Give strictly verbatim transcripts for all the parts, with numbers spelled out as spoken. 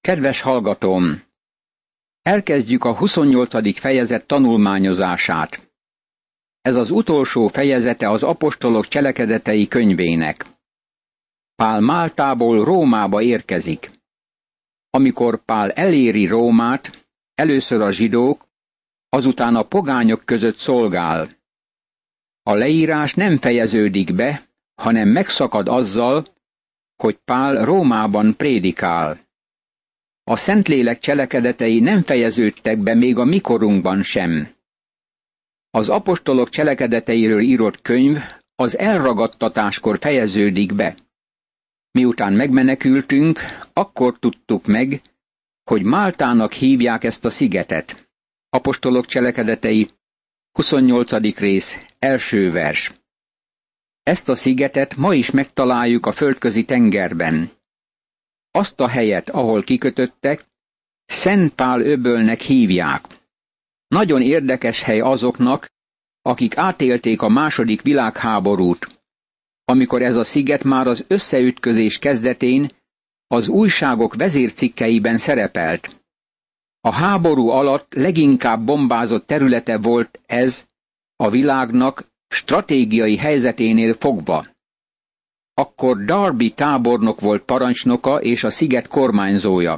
Kedves hallgatóm! Elkezdjük a huszonnyolcadik fejezet tanulmányozását. Ez az utolsó fejezete az apostolok cselekedetei könyvének. Pál Máltából Rómába érkezik. Amikor Pál eléri Rómát, először a zsidók, azután a pogányok között szolgál. A leírás nem fejeződik be, hanem megszakad azzal, hogy Pál Rómában prédikál. A Szentlélek cselekedetei nem fejeződtek be még a mikorunkban sem. Az apostolok cselekedeteiről írott könyv az elragadtatáskor fejeződik be. Miután megmenekültünk, akkor tudtuk meg, hogy Máltának hívják ezt a szigetet. Apostolok cselekedetei, huszonnyolcadik rész, első vers. Ezt a szigetet ma is megtaláljuk a földközi tengerben. Azt a helyet, ahol kikötöttek, Szent Pál öbölnek hívják. Nagyon érdekes hely azoknak, akik átélték a második világháborút, amikor ez a sziget már az összeütközés kezdetén az újságok vezércikkeiben szerepelt. A háború alatt leginkább bombázott területe volt ez a világnak stratégiai helyzeténél fogva. Akkor Darby tábornok volt parancsnoka és a sziget kormányzója.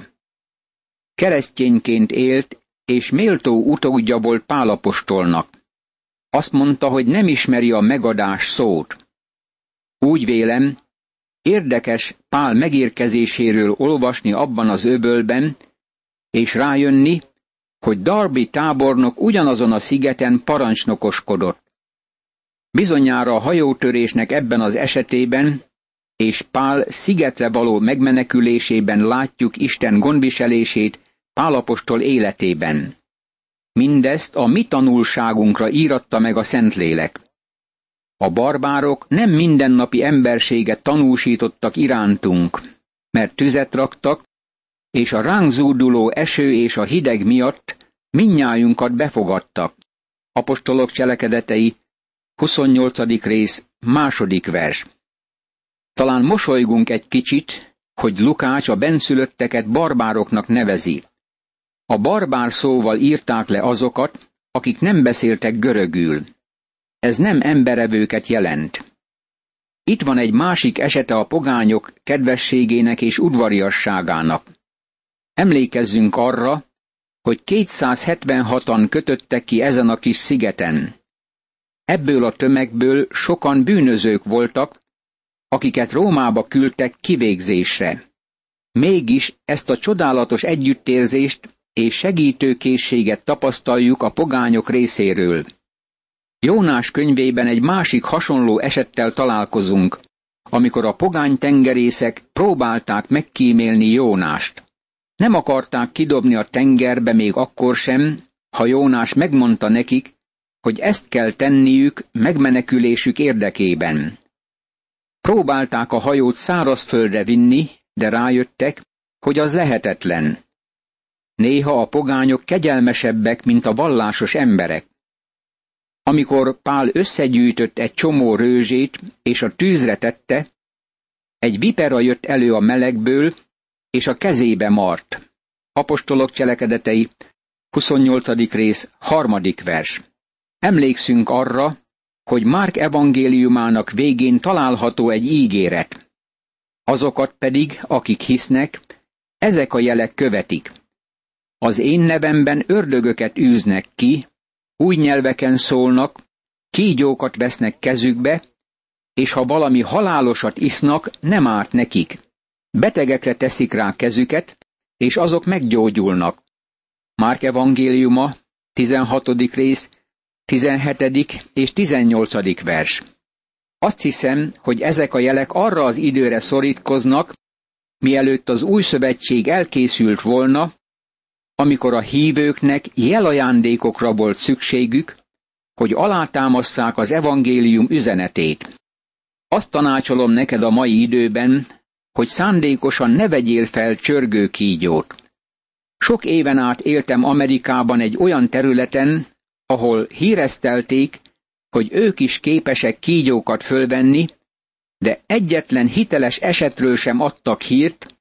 Keresztényként élt, és méltó utódja volt Pál apostolnak. Azt mondta, hogy nem ismeri a megadás szót. Úgy vélem, érdekes Pál megérkezéséről olvasni abban az öbölben, és rájönni, hogy Darby tábornok ugyanazon a szigeten parancsnokoskodott. Bizonyára a hajótörésnek ebben az esetében, és Pál szigetre való megmenekülésében látjuk Isten gondviselését Pál apostol életében. Mindezt a mi tanulságunkra íratta meg a Szentlélek. A barbárok nem mindennapi emberséget tanúsítottak irántunk, mert tüzet raktak, és a ránk zúduló eső és a hideg miatt mindnyájunkat befogadtak. Apostolok cselekedetei, huszonnyolcadik rész, második vers. Talán mosolygunk egy kicsit, hogy Lukács a bennszülötteket barbároknak nevezi. A barbár szóval írták le azokat, akik nem beszéltek görögül. Ez nem emberevőket jelent. Itt van egy másik esete a pogányok kedvességének és udvariasságának. Emlékezzünk arra, hogy kétszázhetvenhatan kötöttek ki ezen a kis szigeten. Ebből a tömegből sokan bűnözők voltak, akiket Rómába küldtek kivégzésre. Mégis ezt a csodálatos együttérzést és segítőkészséget tapasztaljuk a pogányok részéről. Jónás könyvében egy másik hasonló esettel találkozunk, amikor a pogány tengerészek próbálták megkímélni Jónást. Nem akarták kidobni a tengerbe még akkor sem, ha Jónás megmondta nekik, hogy ezt kell tenniük megmenekülésük érdekében. Próbálták a hajót szárazföldre vinni, de rájöttek, hogy az lehetetlen. Néha a pogányok kegyelmesebbek, mint a vallásos emberek. Amikor Pál összegyűjtött egy csomó rőzsét, és a tűzre tette, egy vipera jött elő a melegből, és a kezébe mart. Apostolok cselekedetei, huszonnyolcadik rész, harmadik vers. Emlékszünk arra, hogy Márk evangéliumának végén található egy ígéret. Azokat pedig, akik hisznek, ezek a jelek követik. Az én nevemben ördögöket űznek ki, új nyelveken szólnak, kígyókat vesznek kezükbe, és ha valami halálosat isznak, nem árt nekik. Betegekre teszik rá kezüket, és azok meggyógyulnak. Márk evangéliuma, tizenhatodik rész, tizenhetedik és tizennyolcadik vers. Azt hiszem, hogy ezek a jelek arra az időre szorítkoznak, mielőtt az új szövetség elkészült volna, amikor a hívőknek jelajándékokra volt szükségük, hogy alátámasszák az evangélium üzenetét. Azt tanácsolom neked a mai időben, hogy szándékosan ne vegyél fel csörgő kígyót. Sok éven át éltem Amerikában egy olyan területen, ahol híresztelték, hogy ők is képesek kígyókat fölvenni, de egyetlen hiteles esetről sem adtak hírt,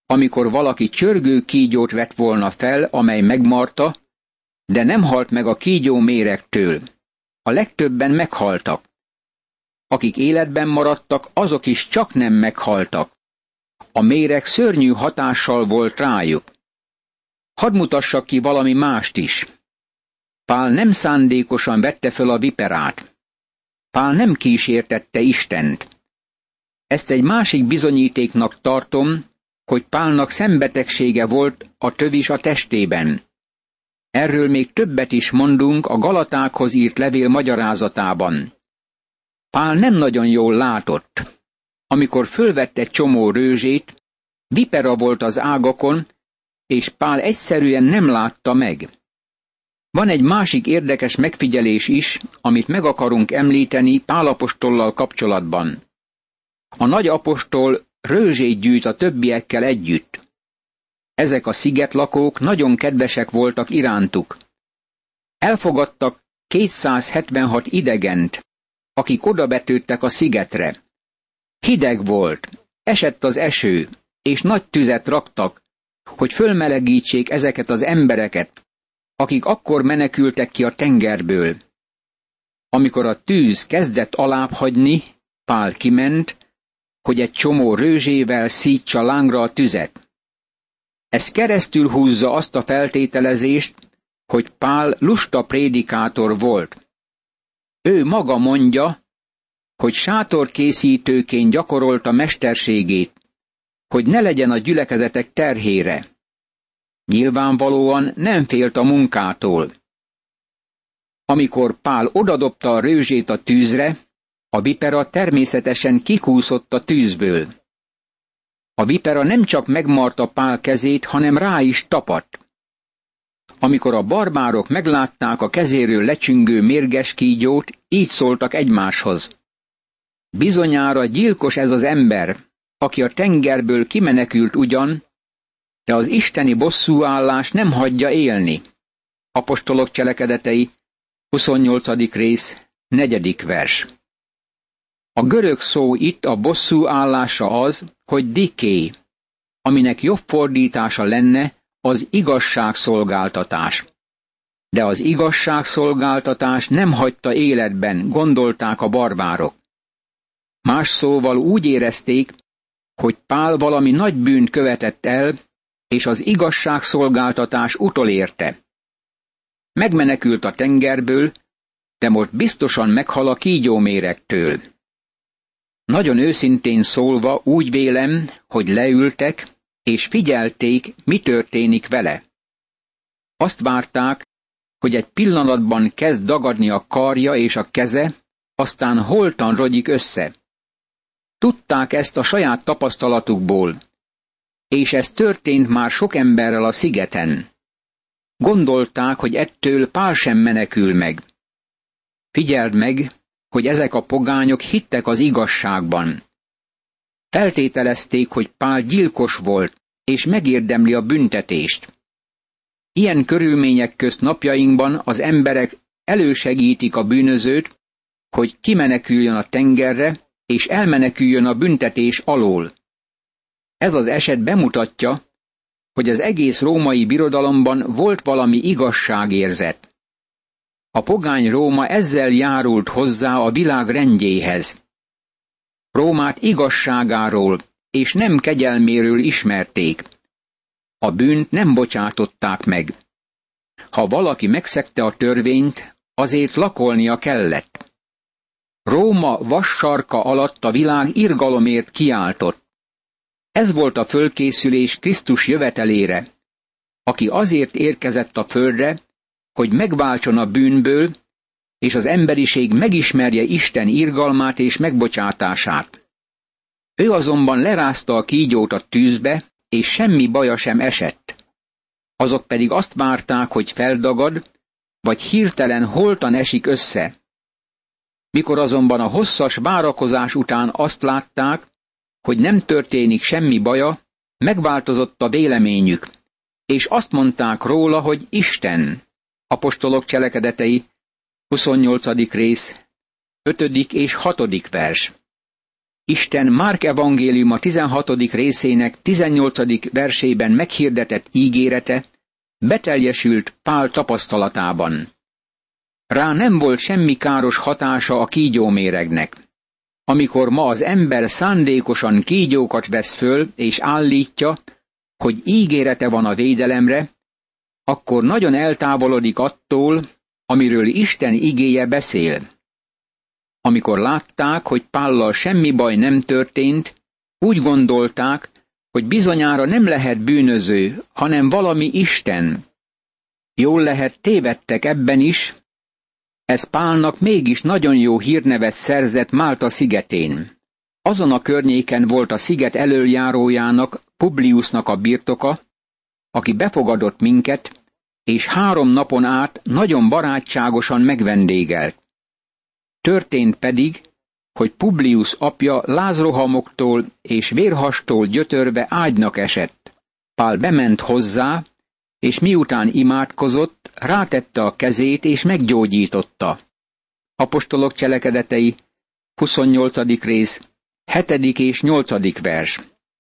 amikor valaki csörgő kígyót vett volna fel, amely megmarta, de nem halt meg a kígyó méregtől. A legtöbben meghaltak. Akik életben maradtak, azok is csak nem meghaltak. A méreg szörnyű hatással volt rájuk. Hadd mutassak ki valami mást is. Pál nem szándékosan vette föl a viperát. Pál nem kísértette Istent. Ezt egy másik bizonyítéknak tartom, hogy Pálnak szembetegsége volt a tövis a testében. Erről még többet is mondunk a Galatákhoz írt levél magyarázatában. Pál nem nagyon jól látott. Amikor fölvette egy csomó rőzsét, vipera volt az ágakon, és Pál egyszerűen nem látta meg. Van egy másik érdekes megfigyelés is, amit meg akarunk említeni Pál apostollal kapcsolatban. A nagy apostol rőzsét gyűjt a többiekkel együtt. Ezek a szigetlakók nagyon kedvesek voltak irántuk. Elfogadtak kétszázhetvenhat idegent, akik odabetődtek a szigetre. Hideg volt, esett az eső, és nagy tüzet raktak, hogy fölmelegítsék ezeket az embereket, akik akkor menekültek ki a tengerből. Amikor a tűz kezdett alább hagyni, Pál kiment, hogy egy csomó rőzsével szítsa lángra a tüzet. Ez keresztül húzza azt a feltételezést, hogy Pál lusta prédikátor volt. Ő maga mondja, hogy sátorkészítőként gyakorolta mesterségét, hogy ne legyen a gyülekezetek terhére. Nyilvánvalóan nem félt a munkától. Amikor Pál odadobta a rőzsét a tűzre, a vipera természetesen kikúszott a tűzből. A vipera nem csak megmarta Pál kezét, hanem rá is tapadt. Amikor a barbárok meglátták a kezéről lecsüngő mérges kígyót, így szóltak egymáshoz. Bizonyára gyilkos ez az ember, aki a tengerből kimenekült ugyan, de az isteni bosszúállás nem hagyja élni. Apostolok cselekedetei, huszonnyolcadik rész, negyedik vers. A görög szó itt a bosszú állása az, hogy diké, aminek jobb fordítása lenne az igazságszolgáltatás. De az igazságszolgáltatás nem hagyta életben, gondolták a barbárok. Más szóval úgy érezték, hogy Pál valami nagy bűnt követett el, és az igazságszolgáltatás utolérte. Megmenekült a tengerből, de most biztosan meghal a kígyóméregtől. Nagyon őszintén szólva úgy vélem, hogy leültek, és figyelték, mi történik vele. Azt várták, hogy egy pillanatban kezd dagadni a karja és a keze, aztán holtan rogyik össze. Tudták ezt a saját tapasztalatukból, és ez történt már sok emberrel a szigeten. Gondolták, hogy ettől Pál sem menekül meg. Figyeld meg, hogy ezek a pogányok hittek az igazságban. Feltételezték, hogy Pál gyilkos volt, és megérdemli a büntetést. Ilyen körülmények közt napjainkban az emberek elősegítik a bűnözőt, hogy kimeneküljön a tengerre, és elmeneküljön a büntetés alól. Ez az eset bemutatja, hogy az egész római birodalomban volt valami igazságérzet. A pogány Róma ezzel járult hozzá a világ rendjéhez. Rómát igazságáról és nem kegyelméről ismerték. A bűnt nem bocsátották meg. Ha valaki megszegte a törvényt, azért lakolnia kellett. Róma vassarka alatt a világ irgalomért kiáltott. Ez volt a fölkészülés Krisztus jövetelére, aki azért érkezett a földre, hogy megváltson a bűnből, és az emberiség megismerje Isten irgalmát és megbocsátását. Ő azonban lerázta a kígyót a tűzbe, és semmi baja sem esett. Azok pedig azt várták, hogy feldagad, vagy hirtelen holtan esik össze. Mikor azonban a hosszas várakozás után azt látták, hogy nem történik semmi baja, megváltozott a véleményük, és azt mondták róla, hogy Isten. Apostolok cselekedetei, huszonnyolcadik rész, ötödik és hatodik vers. Isten Márk evangéliuma tizenhatodik részének tizennyolcadik versében meghirdetett ígérete beteljesült Pál tapasztalatában. Rá nem volt semmi káros hatása a kígyóméregnek. Amikor ma az ember szándékosan kígyókat vesz föl és állítja, hogy ígérete van a védelemre, akkor nagyon eltávolodik attól, amiről Isten igéje beszél. Amikor látták, hogy Pállal semmi baj nem történt, úgy gondolták, hogy bizonyára nem lehet bűnöző, hanem valami Isten. Jól lehet, tévedtek ebben is, ez Pálnak mégis nagyon jó hírnevet szerzett Málta szigetén. Azon a környéken volt a sziget elöljárójának, Publiusnak a birtoka, aki befogadott minket, és három napon át nagyon barátságosan megvendégelt. Történt pedig, hogy Publius apja lázrohamoktól és vérhastól gyötörve ágynak esett. Pál bement hozzá, és miután imádkozott, rátette a kezét és meggyógyította. Apostolok cselekedetei, huszonnyolcadik rész, hetedik és nyolcadik vers.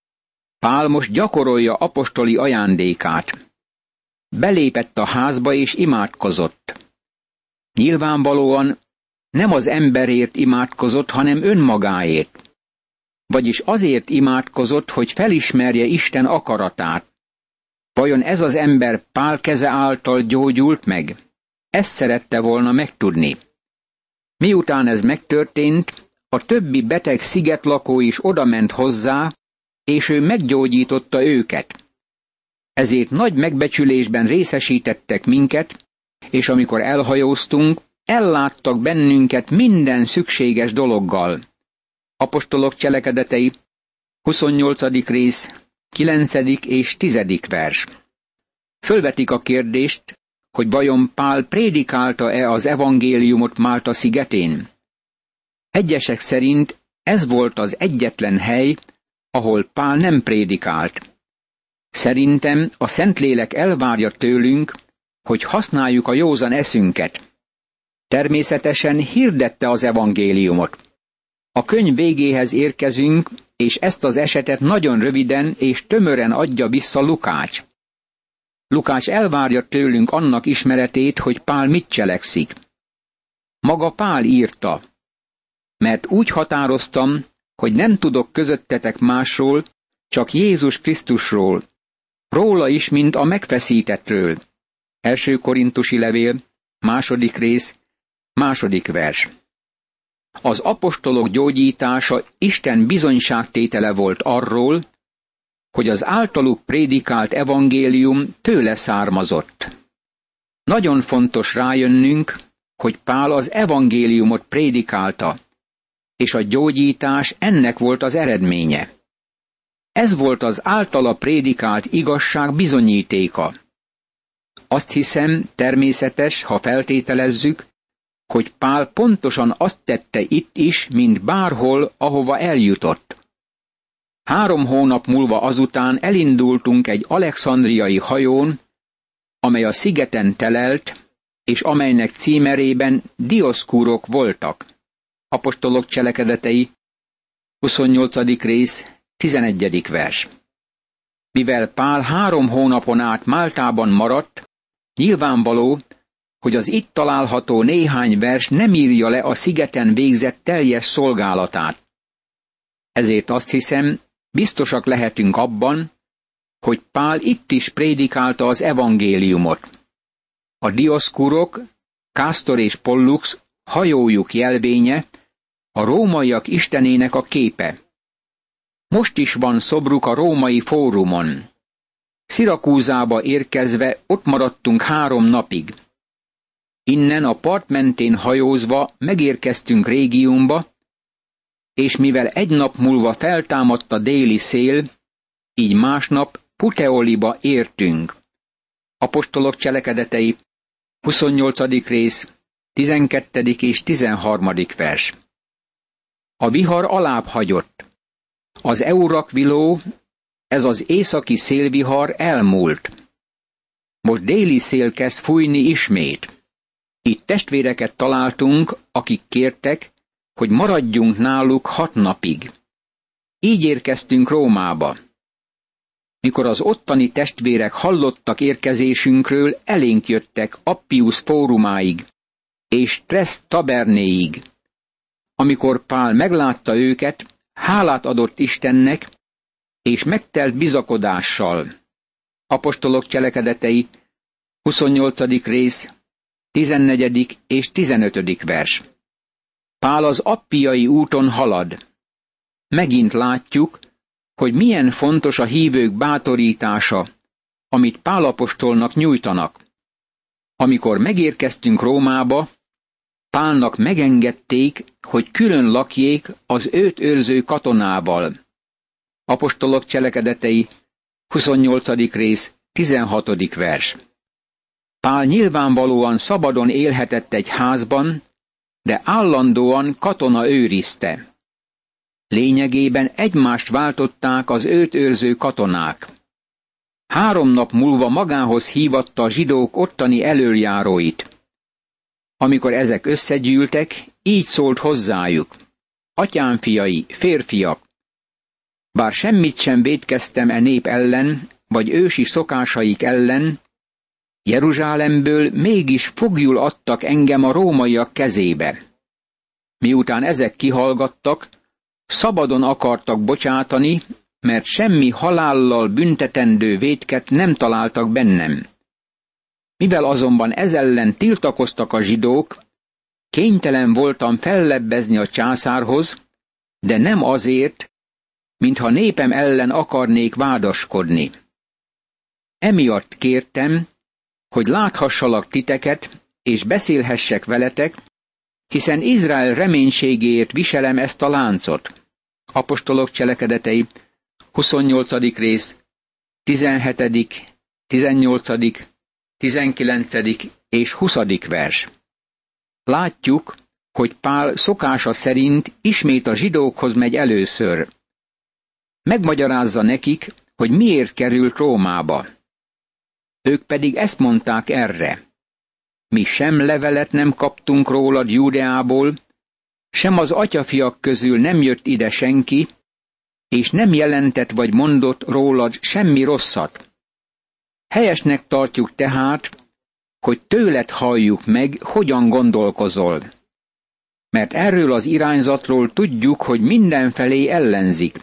Pál most gyakorolja apostoli ajándékát. Belépett a házba és imádkozott. Nyilvánvalóan nem az emberért imádkozott, hanem önmagáért. Vagyis azért imádkozott, hogy felismerje Isten akaratát. Vajon ez az ember Pál keze által gyógyult meg? Ezt szerette volna megtudni. Miután ez megtörtént, a többi beteg szigetlakó is odament hozzá, és ő meggyógyította őket. Ezért nagy megbecsülésben részesítettek minket, és amikor elhajóztunk, elláttak bennünket minden szükséges dologgal. Apostolok cselekedetei, huszonnyolcadik rész, kilencedik és tizedik vers. Fölvetik a kérdést, hogy vajon Pál prédikálta-e az evangéliumot Málta szigetén? Egyesek szerint ez volt az egyetlen hely, ahol Pál nem prédikált. Szerintem a Szentlélek elvárja tőlünk, hogy használjuk a józan eszünket. Természetesen hirdette az evangéliumot. A könyv végéhez érkezünk, és ezt az esetet nagyon röviden és tömören adja vissza Lukács. Lukács elvárja tőlünk annak ismeretét, hogy Pál mit cselekszik. Maga Pál írta, mert úgy határoztam, hogy nem tudok közöttetek másról, csak Jézus Krisztusról, róla is, mint a megfeszítettről. Első Korintusi levél, második rész, második vers. Az apostolok gyógyítása Isten bizonyságtétele volt arról, hogy az általuk prédikált evangélium tőle származott. Nagyon fontos rájönnünk, hogy Pál az evangéliumot prédikálta, és a gyógyítás ennek volt az eredménye. Ez volt az általa prédikált igazság bizonyítéka. Azt hiszem, természetes, ha feltételezzük, hogy Pál pontosan azt tette itt is, mint bárhol, ahova eljutott. Három hónap múlva azután elindultunk egy alexandriai hajón, amely a szigeten telelt, és amelynek címerében dioszkúrok voltak. Apostolok cselekedetei, huszonnyolcadik rész, tizenegyedik vers. Mivel Pál három hónapon át Máltában maradt, nyilvánvaló, hogy az itt található néhány vers nem írja le a szigeten végzett teljes szolgálatát. Ezért azt hiszem, biztosak lehetünk abban, hogy Pál itt is prédikálta az evangéliumot. A dioszkurok, Kásztor és Pollux hajójuk jelvénye, a rómaiak istenének a képe. Most is van szobruk a római fórumon. Szirakúzába érkezve ott maradtunk három napig. Innen a part mentén hajózva megérkeztünk Régiumba, és mivel egy nap múlva feltámadt a déli szél, így másnap Puteoliba értünk. Apostolok cselekedetei, huszonnyolcadik rész, tizenkettedik és tizenharmadik vers. A vihar alább hagyott. Az Eurakviló, ez az északi szélvihar elmúlt. Most déli szél kezd fújni ismét. Itt testvéreket találtunk, akik kértek, hogy maradjunk náluk hat napig. így érkeztünk Rómába. Mikor az ottani testvérek hallottak érkezésünkről, elénk jöttek Appius fórumáig és Tres tabernéig. Amikor Pál meglátta őket, hálát adott Istennek, és megtelt bizakodással. Apostolok cselekedetei, huszonnyolcadik rész, tizennegyedik és tizenötödik vers. Pál az appiai úton halad. Megint látjuk, hogy milyen fontos a hívők bátorítása, amit Pál apostolnak nyújtanak. Amikor megérkeztünk Rómába, Pálnak megengedték, hogy külön lakjék az őt őrző katonával. Apostolok cselekedetei, huszonnyolcadik rész, tizenhatodik vers. Pál nyilvánvalóan szabadon élhetett egy házban, de állandóan katona őrizte. Lényegében egymást váltották az őt őrző katonák. Három nap múlva magához hívatta a zsidók ottani elöljáróit. Amikor ezek összegyűltek, így szólt hozzájuk: Atyám fiai, férfiak! Bár semmit sem vétkeztem e nép ellen, vagy ősi szokásaik ellen, Jeruzsálemből mégis foglyul adtak engem a rómaiak kezébe. Miután ezek kihallgattak, szabadon akartak bocsátani, mert semmi halállal büntetendő vétket nem találtak bennem. Mivel azonban ez ellen tiltakoztak a zsidók, kénytelen voltam fellebbezni a császárhoz, de nem azért, mintha népem ellen akarnék vádaskodni. Emiatt kértem, hogy láthassalak titeket, és beszélhessek veletek, hiszen Izrael reménységéért viselem ezt a láncot. Apostolok cselekedetei, huszonnyolcadik rész, tizenhetedik, tizennyolcadik, tizenkilencedik és huszadik vers. Látjuk, hogy Pál szokása szerint ismét a zsidókhoz megy először. Megmagyarázza nekik, hogy miért került Rómába. Ők pedig ezt mondták erre: mi sem levelet nem kaptunk rólad Júdeából, sem az atyafiak közül nem jött ide senki, és nem jelentett vagy mondott rólad semmi rosszat. Helyesnek tartjuk tehát, hogy tőled halljuk meg, hogyan gondolkozol. Mert erről az irányzatról tudjuk, hogy mindenfelé ellenzik.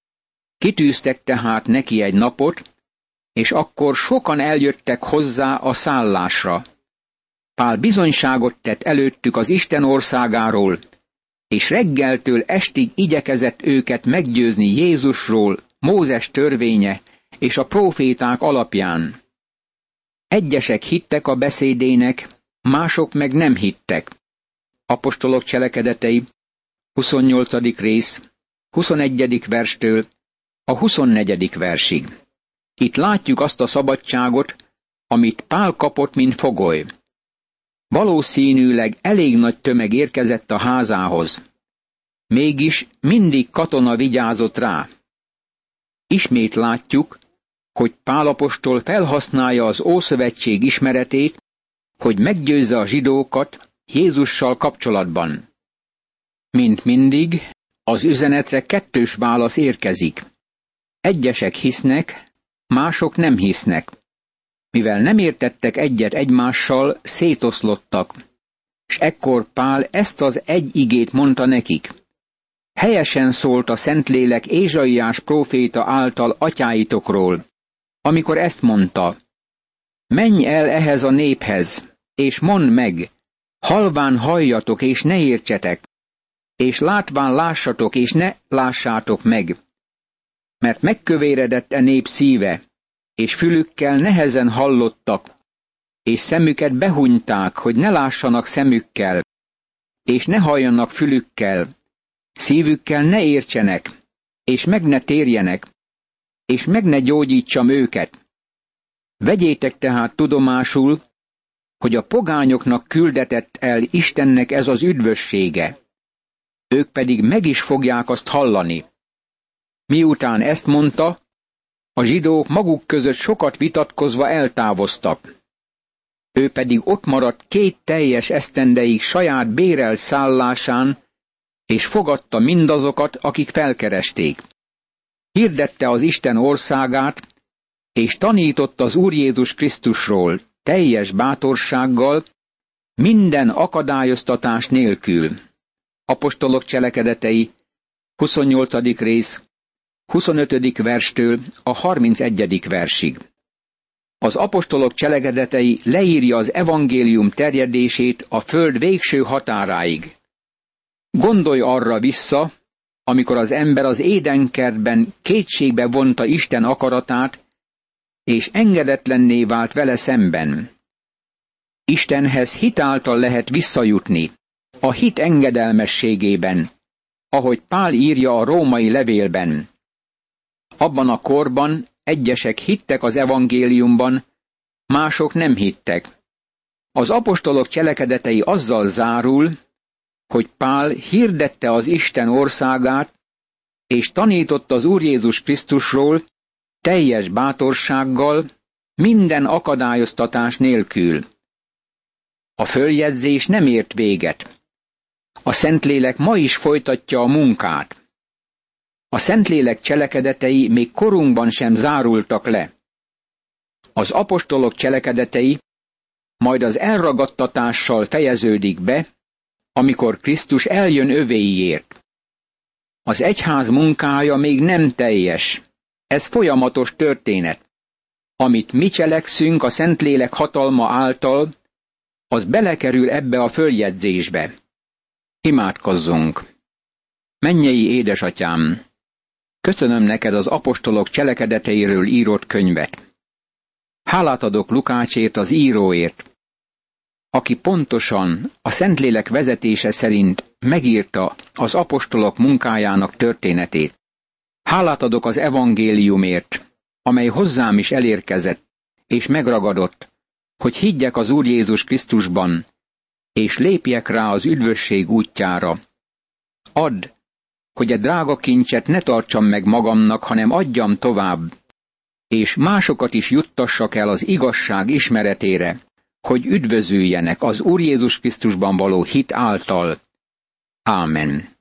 Kitűztek tehát neki egy napot, és akkor sokan eljöttek hozzá a szállásra. Pál bizonyságot tett előttük az Isten országáról, és reggeltől estig igyekezett őket meggyőzni Jézusról, Mózes törvénye és a próféták alapján. Egyesek hittek a beszédének, mások meg nem hittek. Apostolok cselekedetei, huszonnyolcadik rész, huszonegyedik verstől a huszonnegyedik versig. Itt látjuk azt a szabadságot, amit Pál kapott, mint fogoly. Valószínűleg elég nagy tömeg érkezett a házához. Mégis mindig katona vigyázott rá. Ismét látjuk, hogy Pál apostol felhasználja az Ószövetség ismeretét, hogy meggyőzze a zsidókat Jézussal kapcsolatban. Mint mindig, az üzenetre kettős válasz érkezik. Egyesek hisznek, mások nem hisznek. Mivel nem értettek egyet egymással, szétoszlottak, és ekkor Pál ezt az egy igét mondta nekik. Helyesen szólt a Szentlélek Ézsaiás próféta által atyáitokról, amikor ezt mondta: menj el ehhez a néphez, és mondd meg, halván halljatok és ne értsetek, és látván lássatok és ne lássátok meg. Mert megkövéredett e nép szíve, és fülükkel nehezen hallottak, és szemüket behunyták, hogy ne lássanak szemükkel, és ne halljanak fülükkel, szívükkel ne értsenek, és meg ne térjenek, és meg ne gyógyítsam őket. Vegyétek tehát tudomásul, hogy a pogányoknak küldetett el Istennek ez az üdvössége. Ők pedig meg is fogják azt hallani. Miután ezt mondta, a zsidók maguk között sokat vitatkozva eltávoztak. Ő pedig ott maradt két teljes esztendeig saját bérelt szállásán, és fogadta mindazokat, akik felkeresték. hirdette az Isten országát, és tanított az Úr Jézus Krisztusról teljes bátorsággal, minden akadályoztatás nélkül. Apostolok cselekedetei, huszonnyolcadik rész, huszonötödik verstől a harmincegyedik versig. Az apostolok cselekedetei leírja az evangélium terjedését a föld végső határáig. Gondolj arra vissza, amikor az ember az édenkertben kétségbe vonta Isten akaratát, és engedetlenné vált vele szemben. Istenhez hit által lehet visszajutni, a hit engedelmességében, ahogy Pál írja a római levélben. Abban a korban egyesek hittek az evangéliumban, mások nem hittek. Az apostolok cselekedetei azzal zárul, hogy Pál hirdette az Isten országát, és tanított az Úr Jézus Krisztusról teljes bátorsággal, minden akadályoztatás nélkül. A följegyzés nem ért véget. A Szentlélek ma is folytatja a munkát. A Szentlélek cselekedetei még korunkban sem zárultak le. Az apostolok cselekedetei majd az elragadtatással fejeződik be, amikor Krisztus eljön övéiért. Az egyház munkája még nem teljes. Ez folyamatos történet. Amit mi cselekszünk a Szentlélek hatalma által, az belekerül ebbe a följegyzésbe. Imádkozzunk! Mennyei édesatyám! Köszönöm neked az apostolok cselekedeteiről írott könyvet. Hálát adok Lukácsért, az íróért, aki pontosan a Szentlélek vezetése szerint megírta az apostolok munkájának történetét. Hálát adok az evangéliumért, amely hozzám is elérkezett, és megragadott, hogy higgyek az Úr Jézus Krisztusban, és lépjek rá az üdvösség útjára. Add, hogy a drága kincset ne tartsam meg magamnak, hanem adjam tovább, és másokat is juttassak el az igazság ismeretére, hogy üdvözüljenek az Úr Jézus Krisztusban való hit által. Ámen.